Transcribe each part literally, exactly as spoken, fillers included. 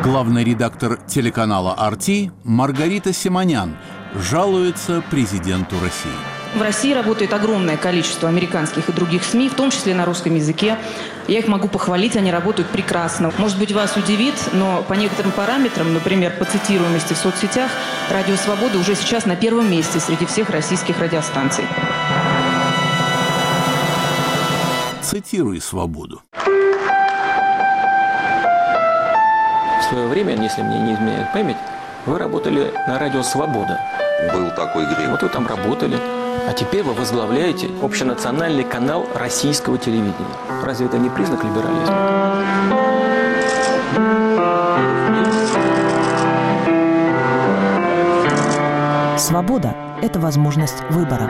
Главный редактор телеканала эр тэ Маргарита Симонян жалуется президенту России. В России работает огромное количество американских и других СМИ, в том числе на русском языке. Я их могу похвалить, они работают прекрасно. Может быть, вас удивит, но по некоторым параметрам, например, по цитируемости в соцсетях, «Радио Свобода» уже сейчас на первом месте среди всех российских радиостанций. Цитируй «Свободу». В свое время, если мне не изменяет память, вы работали на радио «Свобода». Был такой грех. Вот вы там работали. А теперь вы возглавляете общенациональный канал российского телевидения. Разве это не признак либерализма? Свобода – это возможность выбора.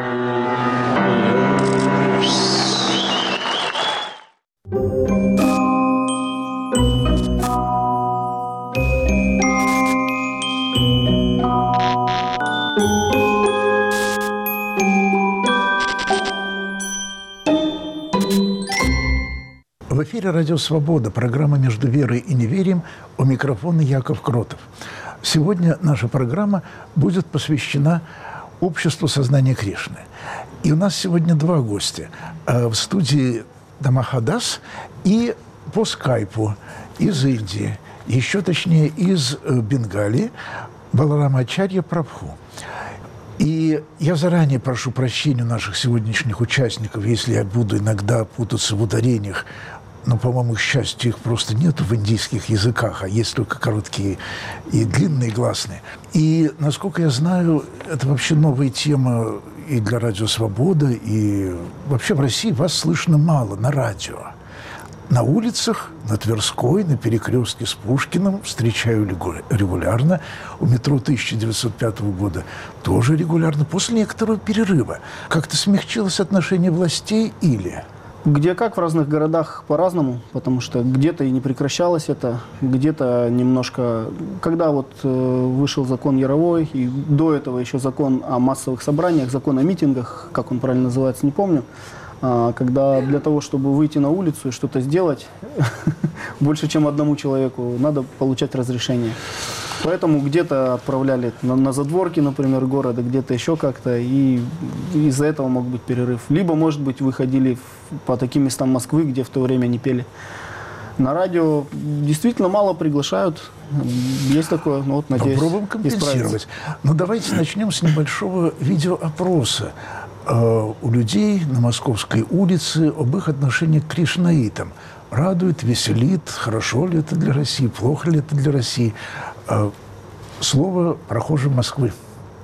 В эфире «Радио Свобода», программа «Между верой и неверием», у микрофона Яков Кротов. Сегодня наша программа будет посвящена обществу сознания Кришны. И у нас сегодня два гостя. В студии Дамахадас и по скайпу из Индии, еще точнее из Бенгалии, Баларама Ачарья Прабху. И я заранее прошу прощения у наших сегодняшних участников, если я буду иногда путаться в ударениях. Но, по-моему, к счастью, их просто нет в индийских языках, а есть только короткие и длинные гласные. И, насколько я знаю, это вообще новая тема и для «Радио Свобода», и вообще в России вас слышно мало на радио. На улицах, на Тверской, на перекрестке с Пушкиным встречаю регулярно. У метро тысяча девятьсот пятого года тоже регулярно. После некоторого перерыва как-то смягчилось отношение властей или... Где как, в разных городах по-разному, потому что где-то и не прекращалось это, где-то немножко... Когда вот э, вышел закон Яровой, и до этого еще закон о массовых собраниях, закон о митингах, как он правильно называется, не помню, э, когда для того, чтобы выйти на улицу и что-то сделать, больше, чем одному человеку, надо получать разрешение. Поэтому где-то отправляли на, на задворки, например, города, где-то еще как-то, и из-за этого мог быть перерыв. Либо, может быть, выходили в, по таким местам Москвы, где в то время не пели. На радио действительно мало приглашают. Есть такое, ну вот, надеюсь, попробуем компенсировать. Ну, давайте начнем с небольшого видеоопроса э, у людей на Московской улице об их отношении к кришнаитам. Радует, веселит, хорошо ли это для России, плохо ли это для России. Слово прохожим Москвы.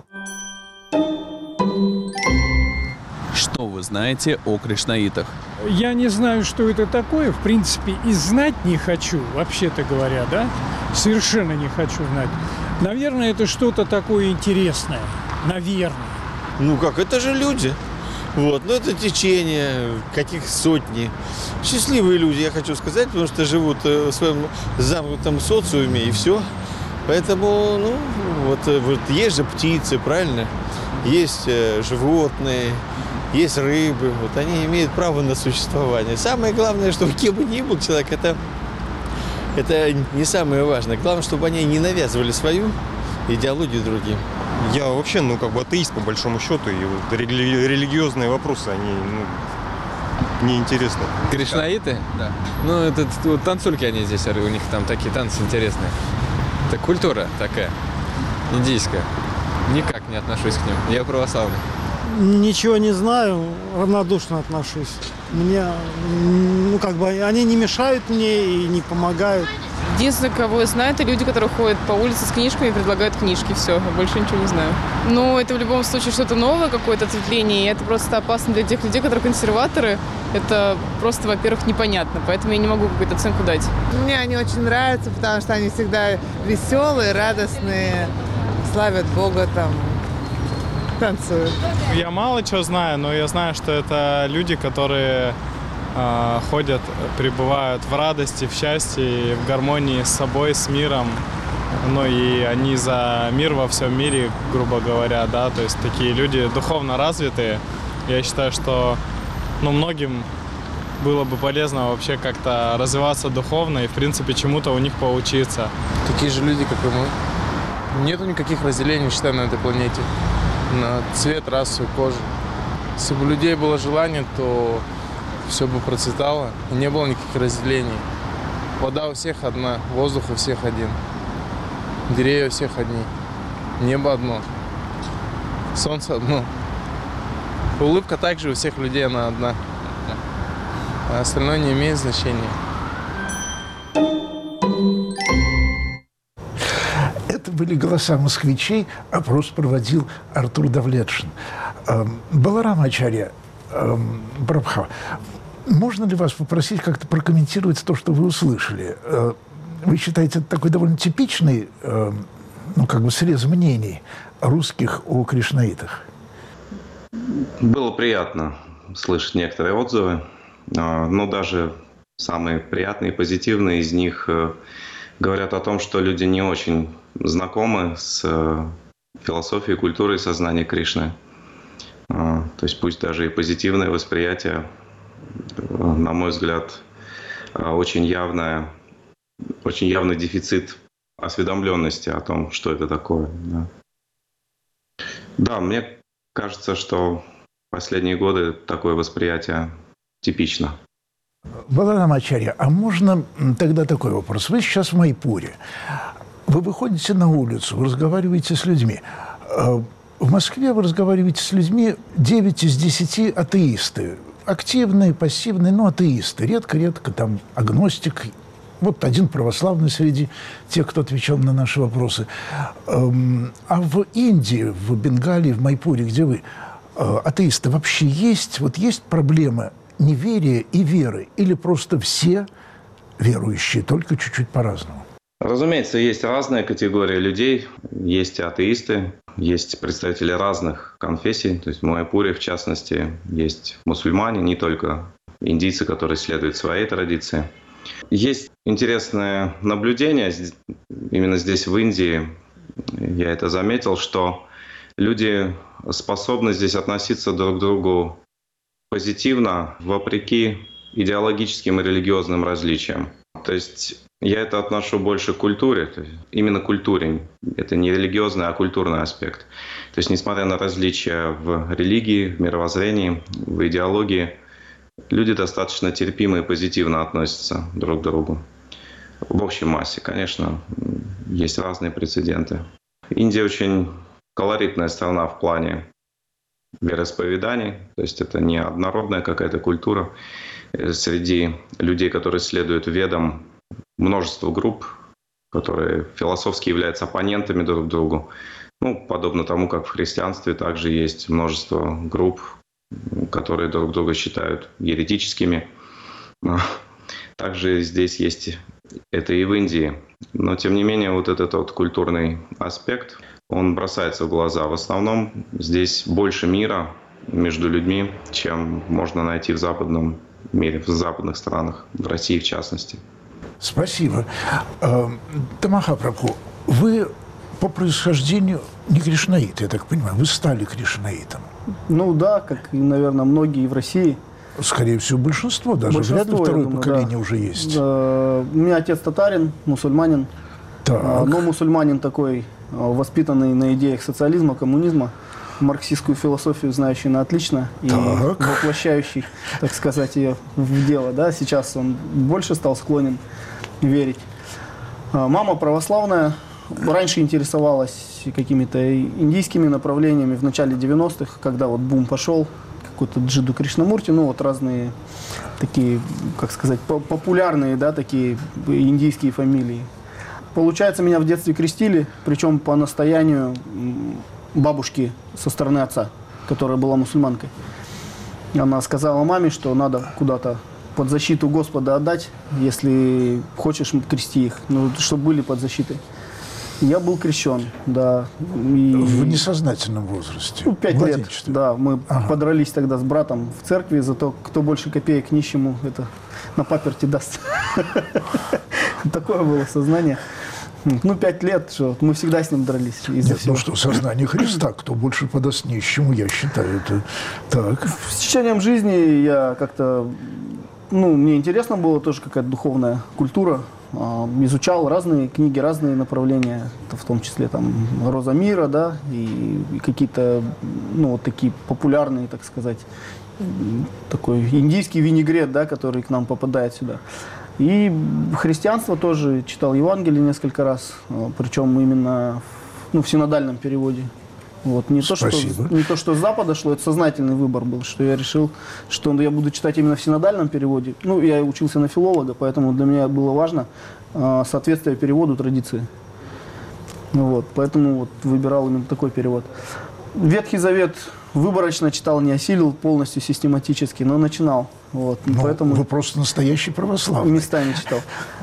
Что вы знаете о кришнаитах? Я не знаю, что это такое. В принципе, и знать не хочу, вообще-то говоря, да? Совершенно не хочу знать. Наверное, это что-то такое интересное. Наверное. Ну как, это же люди. Вот, но это течение, каких сотни. Счастливые люди, я хочу сказать, потому что живут в своем замкнутом социуме, и все. Поэтому, ну, вот, вот есть же птицы, правильно? Есть э, животные, есть рыбы. Вот они имеют право на существование. Самое главное, чтобы кем бы ни был человек, это, это не самое важное. Главное, чтобы они не навязывали свою идеологию другим. Я вообще, ну, как бы атеист, по большому счету, и вот рели- религиозные вопросы, они, ну, неинтересны. Кришнаиты? Да. Ну, это вот, танцульки они здесь, у них там такие танцы интересные. Это культура такая, индийская. Никак не отношусь к ним. Я православный. Ничего не знаю, равнодушно отношусь. Мне, ну, как бы, они не мешают мне и не помогают. Единственное, кого я знаю, это люди, которые ходят по улице с книжками и предлагают книжки. Все, больше ничего не знаю. Но это в любом случае что-то новое, какое-то ответвление. И это просто опасно для тех людей, которые консерваторы. Это просто, во-первых, непонятно. Поэтому я не могу какую-то оценку дать. Мне они очень нравятся, потому что они всегда веселые, радостные, славят Бога там, танцуют. Я мало чего знаю, но я знаю, что это люди, которые э, ходят, пребывают в радости, в счастье, в гармонии с собой, с миром. Ну и они за мир во всем мире, грубо говоря, да, то есть такие люди духовно развитые. Я считаю, что ну, многим было бы полезно вообще как-то развиваться духовно и, в принципе, чему-то у них поучиться. Такие же люди, как и мы. Нету никаких разделений, считаю, на этой планете. На цвет, расу, кожу. Если бы у людей было желание, то все бы процветало, и не было никаких разделений. Вода у всех одна, воздух у всех один. Деревья у всех одни. Небо одно. Солнце одно. Улыбка также у всех людей, она одна. А остальное не имеет значения. Это были голоса москвичей, опрос проводил Артур Давлетшин. Баларам Ачарья, Прабха, можно ли вас попросить как-то прокомментировать то, что вы услышали? Вы считаете, это такой довольно типичный, ну, как бы срез мнений русских о кришнаитах? Было приятно слышать некоторые отзывы, но даже самые приятные, позитивные из них говорят о том, что люди не очень знакомы с философией, культурой сознания Кришны. То есть пусть даже и позитивное восприятие, на мой взгляд, очень явное, очень явный дефицит осведомленности о том, что это такое. Да, да, мне кажется, что в последние годы такое восприятие типично. Баларам Ачарья, а можно тогда такой вопрос? Вы сейчас в Майпуре, вы выходите на улицу, вы разговариваете с людьми. В Москве вы разговариваете с людьми, девять из десяти атеисты. Активные, пассивные, но атеисты. Редко-редко там агностик. Вот один православный среди тех, кто отвечал на наши вопросы. А в Индии, в Бенгалии, в Майпуре, где вы, атеисты вообще есть? Вот есть проблема неверия и веры? Или просто все верующие, только чуть-чуть по-разному? Разумеется, есть разные категории людей. Есть атеисты, есть представители разных конфессий. То есть в Майпуре, в частности, есть мусульмане, не только индийцы, которые следуют своей традиции. Есть интересное наблюдение, именно здесь, в Индии, я это заметил, что люди способны здесь относиться друг к другу позитивно, вопреки идеологическим и религиозным различиям. То есть я это отношу больше к культуре, то есть именно к культуре. Это не религиозный, а культурный аспект. То есть несмотря на различия в религии, в мировоззрении, в идеологии, люди достаточно терпимо и позитивно относятся друг к другу. В общей массе, конечно, есть разные прецеденты. Индия очень колоритная страна в плане вероисповеданий, то есть это не однородная какая-то культура. Среди людей, которые следуют ведам, множество групп, которые философски являются оппонентами друг к другу. Ну, подобно тому, как в христианстве также есть множество групп, которые друг друга считают еретическими. Также здесь есть это и в Индии. Но, тем не менее, вот этот вот культурный аспект, он бросается в глаза. В основном здесь больше мира между людьми, чем можно найти в западном мире, в западных странах, в России в частности. Спасибо. Тамаха Прабху, вы по происхождению не кришнаит, я так понимаю, вы стали кришнаитом. Ну да, как, наверное, многие в России. Скорее всего, большинство даже. Большинство, вряд ли второе думаю, поколение да. уже есть. Да. У меня отец татарин, мусульманин. Так. Но мусульманин такой, воспитанный на идеях социализма, коммунизма, марксистскую философию знающий на отлично и так. воплощающий, так сказать, ее в дело. Да? Сейчас он больше стал склонен верить. Мама православная, раньше интересовалась какими-то индийскими направлениями в начале девяностых, когда вот бум пошел, какой-то Джиду Кришнамурти, ну вот разные такие, как сказать, популярные, да, такие индийские фамилии. Получается, меня в детстве крестили, причем по настоянию бабушки со стороны отца, которая была мусульманкой. Она сказала маме, что надо куда-то под защиту Господа отдать, если хочешь, крести их, ну, чтобы были под защитой. Я был крещен, да. И... В несознательном возрасте? Ну, пять лет, да. Мы ага. подрались тогда с братом в церкви за то, кто больше копеек нищему это на паперти даст. Такое было сознание. Ну, пять лет, что мы всегда с ним дрались. Нет, ну что, сознание Христа, кто больше подаст нищему, я считаю, это так. С течением жизни я как-то ну, мне интересно было тоже какая-то духовная культура. Изучал разные книги, разные направления, в том числе там «Роза мира», да, и, и какие-то, ну, вот такие популярные, так сказать, такой индийский винегрет, да, который к нам попадает сюда. И христианство тоже читал Евангелие несколько раз, причем именно ну, в синодальном переводе. Вот. Не, то, что, не то, что с Запада шло, это сознательный выбор был, что я решил, что я буду читать именно в синодальном переводе. Ну, я учился на филолога, поэтому для меня было важно э, соответствие переводу традиции. Вот. Поэтому вот, выбирал именно такой перевод. Ветхий Завет выборочно читал, не осилил полностью систематически, но начинал. Вот. Поэтому вы просто настоящий православный. Местами читал.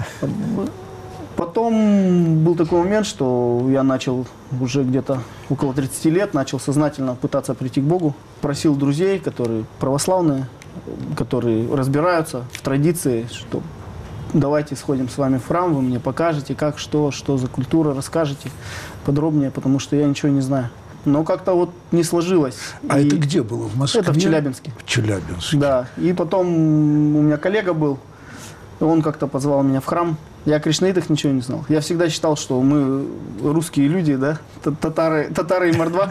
Потом был такой момент, что я начал уже где-то около тридцати лет, начал сознательно пытаться прийти к Богу. Просил друзей, которые православные, которые разбираются в традиции, что давайте сходим с вами в храм, вы мне покажете, как, что, что за культура, расскажете подробнее, потому что я ничего не знаю. Но как-то вот не сложилось. А и это где было? В Москве? Это в Челябинске. В Челябинске. Да. И потом у меня коллега был, он как-то позвал меня в храм. Я о кришнаитах ничего не знал. Я всегда считал, что мы русские люди, да, татары, татары и мордва.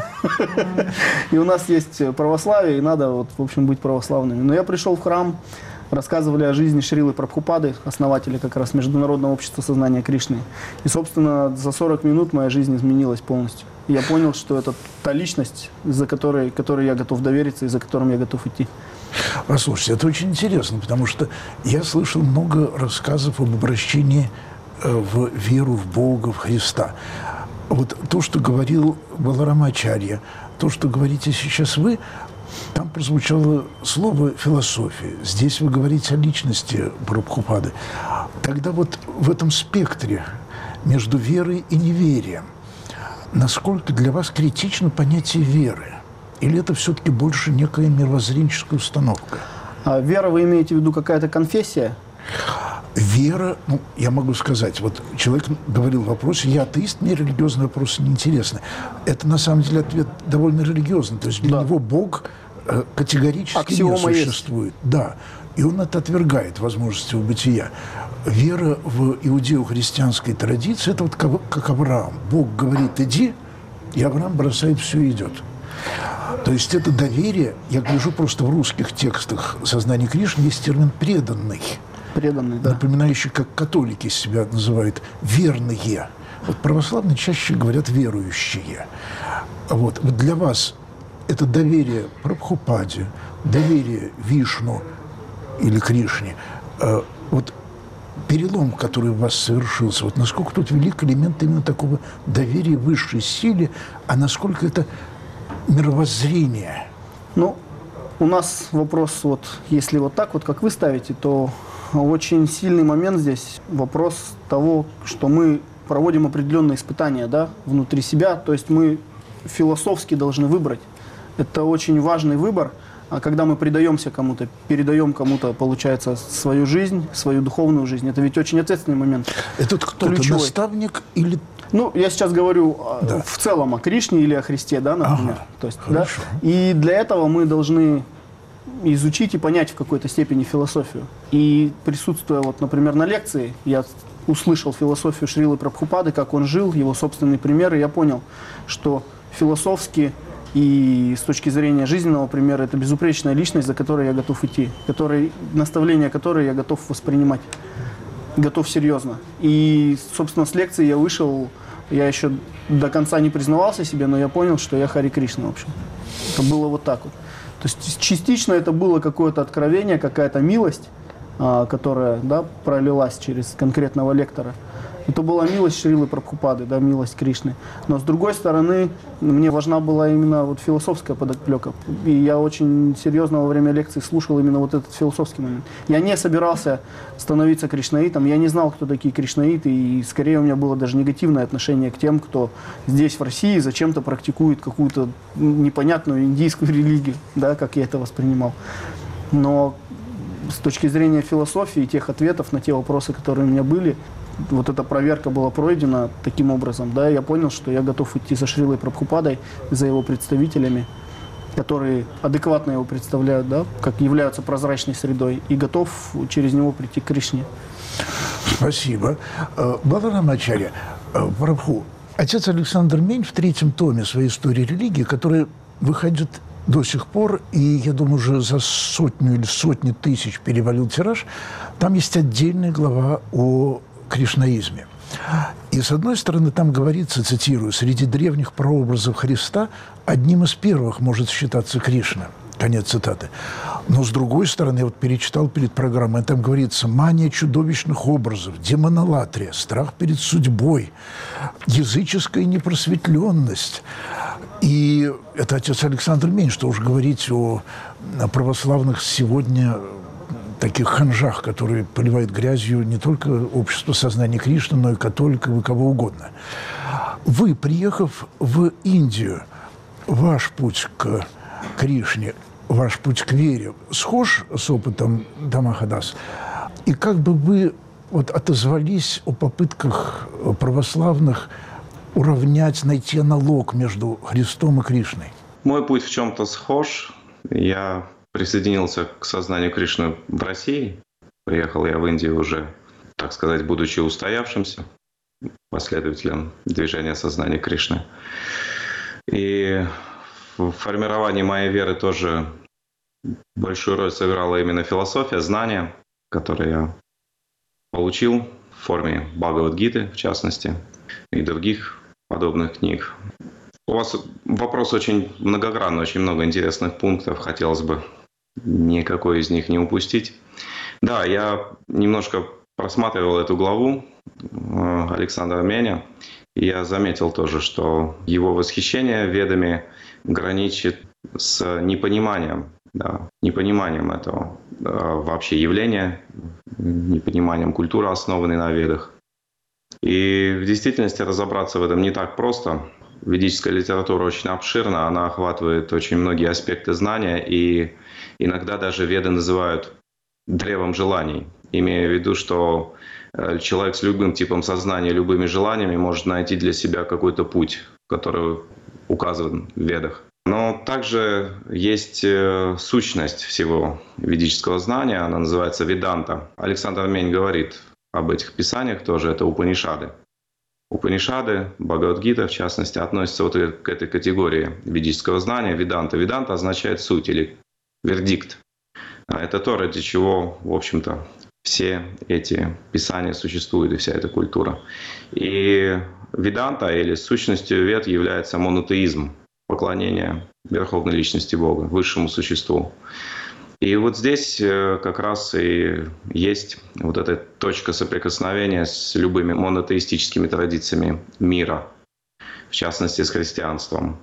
И у нас есть православие, и надо, вот, в общем, быть православными. Но я пришел в храм, рассказывали о жизни Шрилы Прабхупады, основателя как раз Международного общества сознания Кришны. И, собственно, за сорок минут моя жизнь изменилась полностью. И я понял, что это та личность, за которой, которой я готов довериться и за которым я готов идти. Послушайте, это очень интересно, потому что я слышал много рассказов об обращении в веру в Бога, в Христа. Вот то, что говорил Баларамачарья, то, что говорите сейчас вы, там прозвучало слово «философия». Здесь вы говорите о личности Прабхупады. Тогда вот в этом спектре между верой и неверием, насколько для вас критично понятие веры? Или это все-таки больше некая мировоззренческая установка? А вера, вы имеете в виду какая-то конфессия? Вера, ну, я могу сказать, вот человек говорил в вопросе, я атеист, мне религиозные вопросы неинтересны. Это на самом деле ответ довольно религиозный. То есть для да. него Бог э, категорически Аксиома не существует. Есть. Да. И он это отвергает, возможность его бытия. Вера в иудео-христианской традиции, это вот как, как Авраам. Бог говорит, иди, и Авраам бросает все и идет. То есть это доверие, я гляжу просто в русских текстах сознания Кришны, есть термин «преданный». Преданный, да. Напоминающий, как католики себя называют, «верные». Вот православные чаще говорят «верующие». Вот. Вот для вас это доверие Прабхупаде, доверие Вишну или Кришне, э, вот перелом, который у вас совершился, вот насколько тут велик элемент именно такого доверия высшей силе, а насколько это мировоззрение? Ну, у нас вопрос, вот, если вот так вот, как вы ставите, то очень сильный момент здесь, вопрос того, что мы проводим определенные испытания, да, внутри себя, то есть мы философски должны выбрать. Это очень важный выбор, а когда мы предаемся кому-то, передаем кому-то, получается, свою жизнь, свою духовную жизнь, это ведь очень ответственный момент. Это кто-то наставник или... Ну, я сейчас говорю да. в целом о Кришне или о Христе, да, например. Ага, То есть, да? И для этого мы должны изучить и понять в какой-то степени философию. И присутствуя, вот, например, на лекции, я услышал философию Шрилы Прабхупады, как он жил, его собственные примеры, и я понял, что философски и с точки зрения жизненного примера это безупречная личность, за которой я готов идти, который, наставления которой я готов воспринимать, готов серьезно. И, собственно, с лекции я вышел, я еще до конца не признавался себе, но я понял, что я Хари Кришна, в общем. Это было вот так вот. То есть частично это было какое-то откровение, какая-то милость, а, которая, да, пролилась через конкретного лектора. Это была милость Шрилы Прабхупады, да, милость Кришны. Но с другой стороны, мне важна была именно вот философская подоплека. И я очень серьезно во время лекции слушал именно вот этот философский момент. Я не собирался становиться кришнаитом, я не знал, кто такие кришнаиты, и скорее у меня было даже негативное отношение к тем, кто здесь, в России, зачем-то практикует какую-то непонятную индийскую религию, да, как я это воспринимал. Но с точки зрения философии и тех ответов на те вопросы, которые у меня были, вот эта проверка была пройдена таким образом, да, я понял, что я готов идти за Шрилой Прабхупадой, за его представителями, который адекватно его представляют, да, как являются прозрачной средой, и готов через него прийти к Кришне. Спасибо. Баларам Ачарья, Прабху, отец Александр Мень в третьем томе своей истории религии, который выходит до сих пор, и, я думаю, уже за сотню или сотни тысяч перевалил тираж, там есть отдельная глава о кришнаизме. И, с одной стороны, там говорится, цитирую, «Среди древних прообразов Христа одним из первых может считаться Кришна». Конец цитаты. Но, с другой стороны, я вот перечитал перед программой, там говорится «мания чудовищных образов, демонолатрия, страх перед судьбой, языческая непросветленность». И это отец Александр Мень, что уж говорить о православных сегодня таких ханжах, которые поливают грязью не только общество сознания Кришны, но и католиков и кого угодно. Вы, приехав в Индию, ваш путь к Кришне, ваш путь к вере схож с опытом Дамахадас? И как бы вы вот отозвались о попытках православных уравнять, найти аналог между Христом и Кришной? Мой путь в чем-то схож. Я присоединился к сознанию Кришны в России. Приехал я в Индию уже, так сказать, будучи устоявшимся последователем движения сознания Кришны. И в формировании моей веры тоже большую роль сыграла именно философия, знания, которые я получил в форме Бхагавад-гиты, в частности, и других подобных книг. У вас вопрос очень многогранный, очень много интересных пунктов. Хотелось бы никакой из них не упустить. Да, я немножко просматривал эту главу Александра Меня, и я заметил тоже, что его восхищение ведами граничит с непониманием, да, непониманием этого вообще явления, непониманием культуры, основанной на ведах. И в действительности разобраться в этом не так просто. Ведическая литература очень обширна, она охватывает очень многие аспекты знания, и иногда даже веды называют древом желаний, имея в виду, что человек с любым типом сознания, любыми желаниями может найти для себя какой-то путь, который указан в ведах. Но также есть сущность всего ведического знания, она называется веданта. Александр Мень говорит об этих писаниях тоже, это Упанишады. Упанишады, Бхагавад-гита, в частности, относятся вот к этой категории ведического знания. Веданта. Веданта означает суть или вердикт. Это то, ради чего, в общем-то, все эти писания существуют и вся эта культура. И веданта или сущностью вед является монотеизм, поклонение Верховной Личности Бога, Высшему Существу. И вот здесь как раз и есть вот эта точка соприкосновения с любыми монотеистическими традициями мира, в частности, с христианством.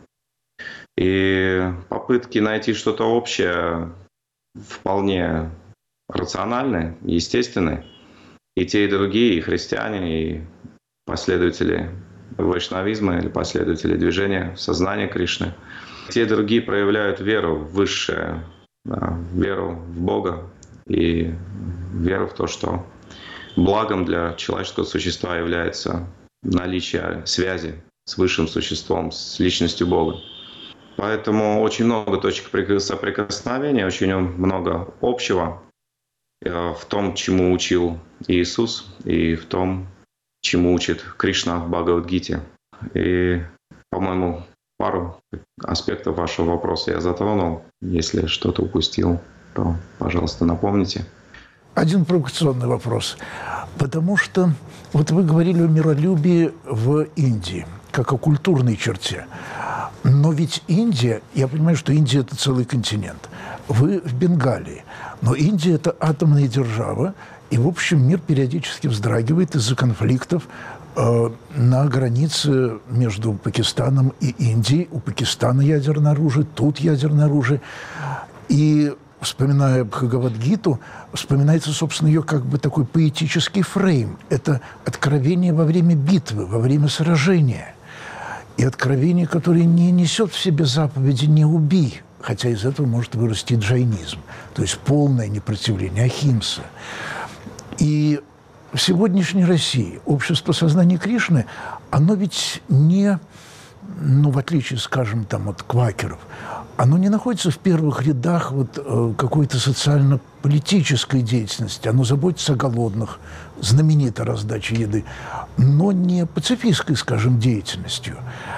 И попытки найти что-то общее вполне рациональны, естественны. И те, и другие, и христиане, и последователи вайшнавизма или последователи движения сознания Кришны, те и другие проявляют веру в высшее, да, веру в Бога и веру в то, что благом для человеческого существа является наличие связи с высшим существом, с личностью Бога. Поэтому очень много точек соприкосновения, очень много общего в том, чему учил Иисус, и в том, чему учит Кришна в Бхагавад-гите. И, по-моему, пару аспектов вашего вопроса я затронул. Если что-то упустил, то, пожалуйста, напомните. Один провокационный вопрос. Потому что вот вы говорили о миролюбии в Индии, как о культурной черте. Но ведь Индия, я понимаю, что Индия – это целый континент. Вы в Бенгалии. Но Индия – это атомная держава, и, в общем, мир периодически вздрагивает из-за конфликтов э, на границе между Пакистаном и Индией. У Пакистана ядерное оружие, тут ядерное оружие. И, вспоминая Бхагавад-гиту, вспоминается, собственно, ее как бы такой поэтический фрейм. Это откровение во время битвы, во время сражения. И откровение, которое не несет в себе заповеди «не убий», хотя из этого может вырасти джайнизм, то есть полное непротивление, ахимса. И в сегодняшней России общество сознания Кришны, оно ведь не, ну, в отличие, скажем, там, от квакеров, оно не находится в первых рядах вот, какой-то социально-политической деятельности. Оно заботится о голодных, знаменитая раздача еды, но не пацифистской, скажем, деятельностью.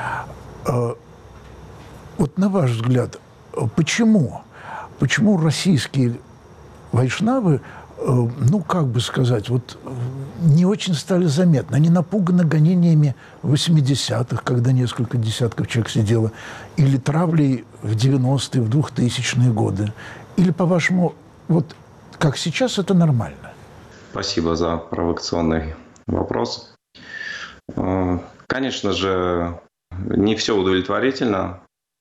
Вот на ваш взгляд, почему? Почему российские вайшнавы, ну, как бы сказать, вот не очень стали заметны? Они напуганы гонениями восьмидесятых, когда несколько десятков человек сидело, или травлей в девяностые, в двухтысячные годы? Или, по-вашему, вот как сейчас это нормально? Спасибо за провокационный вопрос. Конечно же, не все удовлетворительно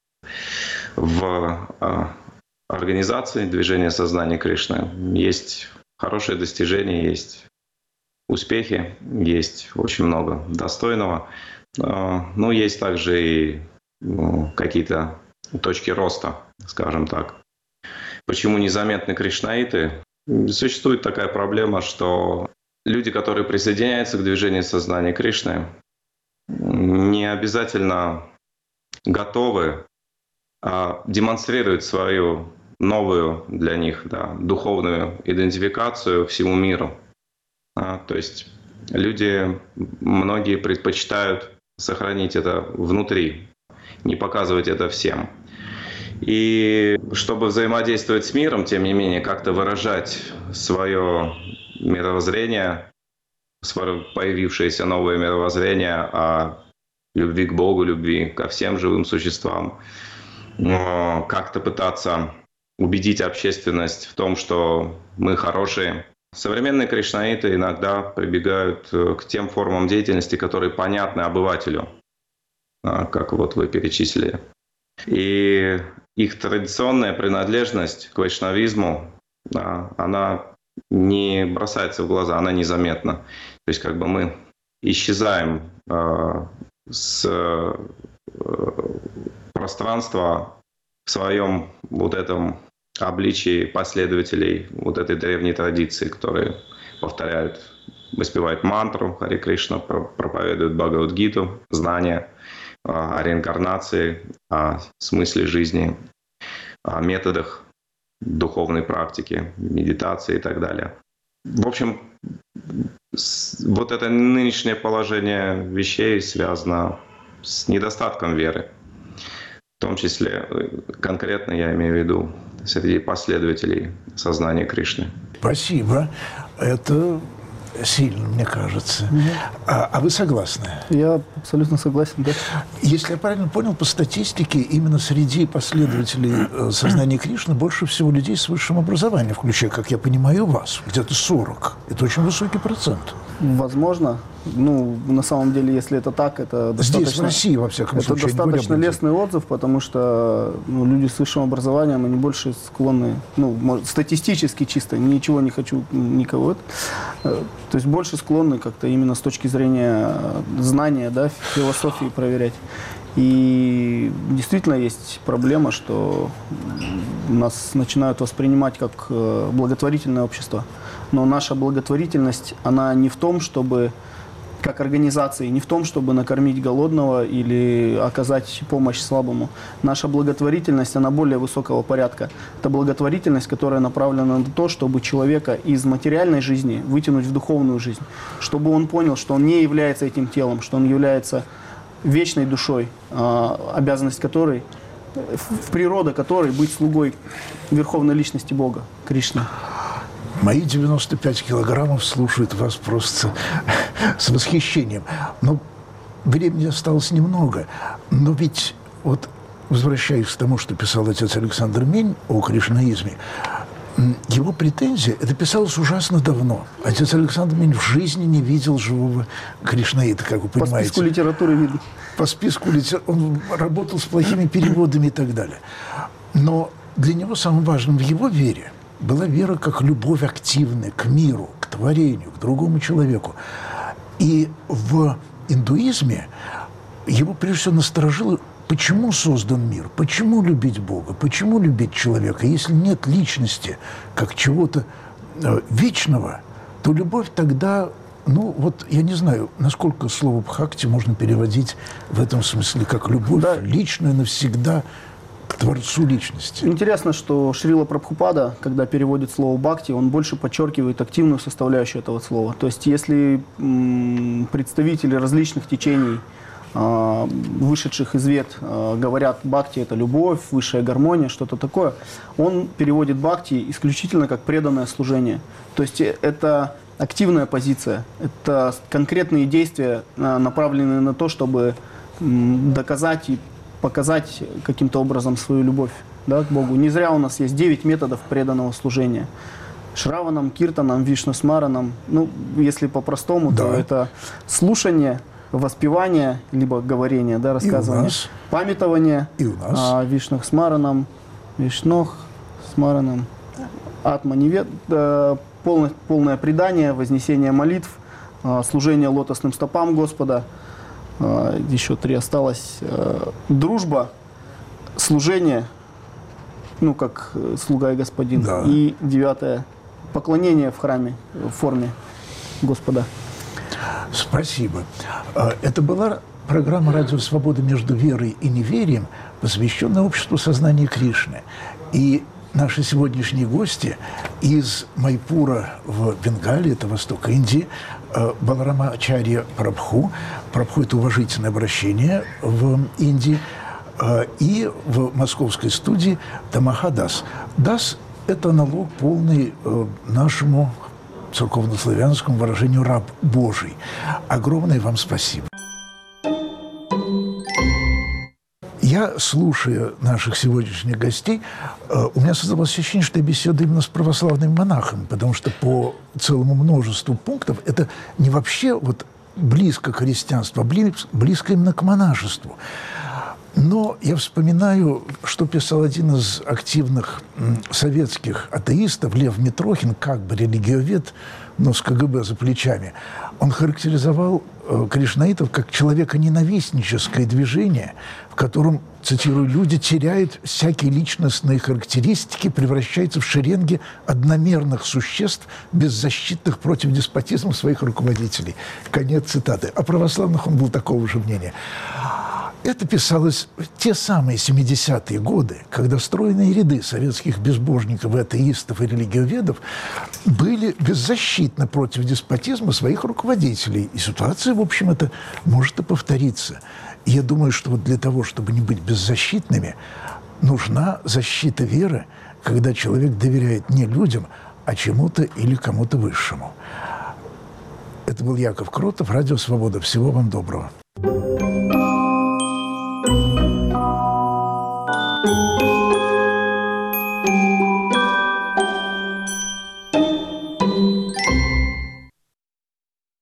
в организации движения сознания Кришны. Есть хорошие достижения, есть успехи, есть очень много достойного. Но есть также и какие-то точки роста, скажем так. Почему незаметны кришнаиты? Существует такая проблема, что люди, которые присоединяются к движению сознания Кришны, не обязательно готовы а демонстрировать свою новую для них да, духовную идентификацию всему миру. А, то есть люди, многие предпочитают сохранить это внутри, не показывать это всем. И чтобы взаимодействовать с миром, тем не менее, как-то выражать свое мировоззрение, свое появившееся новое мировоззрение о любви к Богу, любви ко всем живым существам, как-то пытаться убедить общественность в том, что мы хорошие. Современные кришнаиты иногда прибегают к тем формам деятельности, которые понятны обывателю, как вот вы перечислили. И их традиционная принадлежность к вайшнавизму, она не бросается в глаза, она незаметна. То есть как бы мы исчезаем с пространства в своем вот этом обличии последователей вот этой древней традиции, которые повторяют, воспевают мантру Харе Кришна, проповедуют Бхагавад-гиту, знания о реинкарнации, о смысле жизни, о методах духовной практики, медитации и так далее. В общем, вот это нынешнее положение вещей связано с недостатком веры. В том числе, конкретно я имею в виду, среди последователей сознания Кришны. Спасибо. Это сильно, мне кажется. Угу. А, а вы согласны? Я абсолютно согласен, да. Если я правильно понял, по статистике, именно среди последователей сознания Кришны больше всего людей с высшим образованием, включая, как я понимаю, вас. Где-то сорок. Это очень высокий процент. Возможно. Ну, на самом деле, если это так, это достаточно... Здесь, в России, во всяком это случае. Это достаточно лестный отзыв, потому что ну, люди с высшим образованием, они больше склонны, ну, может, статистически чисто, ничего не хочу никого, то есть больше склонны как-то именно с точки зрения знания, да, философии проверять. И действительно есть проблема, что нас начинают воспринимать как благотворительное общество. Но наша благотворительность, она не в том, чтобы, как организации, не в том, чтобы накормить голодного или оказать помощь слабому. Наша благотворительность, она более высокого порядка. Это благотворительность, которая направлена на то, чтобы человека из материальной жизни вытянуть в духовную жизнь. Чтобы он понял, что он не является этим телом, что он является вечной душой, обязанность которой, в природа которой быть слугой Верховной Личности Бога, Кришны. Мои девяносто пять килограммов слушают вас просто с восхищением. Но времени осталось немного. Но ведь, вот возвращаясь к тому, что писал отец Александр Мень о кришнаизме, его претензия, это писалось ужасно давно. Отец Александр Мень в жизни не видел живого кришнаита, как вы понимаете. По списку литературы видно. По списку литературы. Он работал с плохими переводами и так далее. Но для него самым важным в его вере была вера как любовь активная к миру, к творению, к другому человеку. И в индуизме его прежде всего насторожило, почему создан мир, почему любить Бога, почему любить человека. Если нет личности как чего-то э, вечного, то любовь тогда, ну вот я не знаю, насколько слово «бхакти» можно переводить в этом смысле как любовь, да, личную навсегда, к Творцу личности. Интересно, что Шрила Прабхупада, когда переводит слово «бхакти», он больше подчеркивает активную составляющую этого слова. То есть если м, представители различных течений, э, вышедших из вед, э, говорят «бхакти» — это любовь, высшая гармония, что-то такое, он переводит «бхакти» исключительно как преданное служение. То есть это активная позиция, это конкретные действия, э, направленные на то, чтобы м, доказать и показать каким-то образом свою любовь, да, к Богу. Не зря у нас есть девять методов преданного служения. Шраванам, киртанам, вишнусмаранам. Ну, если по-простому, да, то это слушание, воспевание, либо говорение, да, рассказывание. Памятование. И у нас. А, вишнухсмаранам, вишнох, смаранам. Атманивед, э, полное, полное предание, вознесение молитв, э, служение лотосным стопам Господа. Еще три осталось. Дружба, служение, ну, как слуга и господин. Да. И девятое. Поклонение в храме, в форме Господа. Спасибо. Это была программа «Радио Свобода» между верой и неверием, посвященная обществу сознания Кришны. И наши сегодняшние гости из Майпура в Бенгалии, это восток Индии, Баларама Ачарья Прабху. Прабху – это уважительное обращение в Индии. И в московской студии Тамаха Дас. Дас – это аналог полный нашему церковнославянскому выражению «раб Божий». Огромное вам спасибо. Я, слушая наших сегодняшних гостей, у меня создалось ощущение, что я беседую именно с православными монахами, потому что по целому множеству пунктов это не вообще вот близко к христианству, а близко именно к монашеству. Но я вспоминаю, что писал один из активных советских атеистов, Лев Митрохин, как бы религиовед, но с ка гэ бэ за плечами. Он характеризовал э, кришнаитов как человеконенавистническое движение, в котором, цитирую, люди теряют всякие личностные характеристики, превращаются в шеренги одномерных существ, беззащитных против деспотизма своих руководителей. Конец цитаты. О православных он был такого же мнения. Это писалось в те самые семидесятые годы, когда стройные ряды советских безбожников, атеистов и религиоведов были беззащитны против деспотизма своих руководителей. И ситуация, в общем, это может и повториться. И я думаю, что вот для того, чтобы не быть беззащитными, нужна защита веры, когда человек доверяет не людям, а чему-то или кому-то высшему. Это был Яков Кротов, Радио Свобода. Всего вам доброго.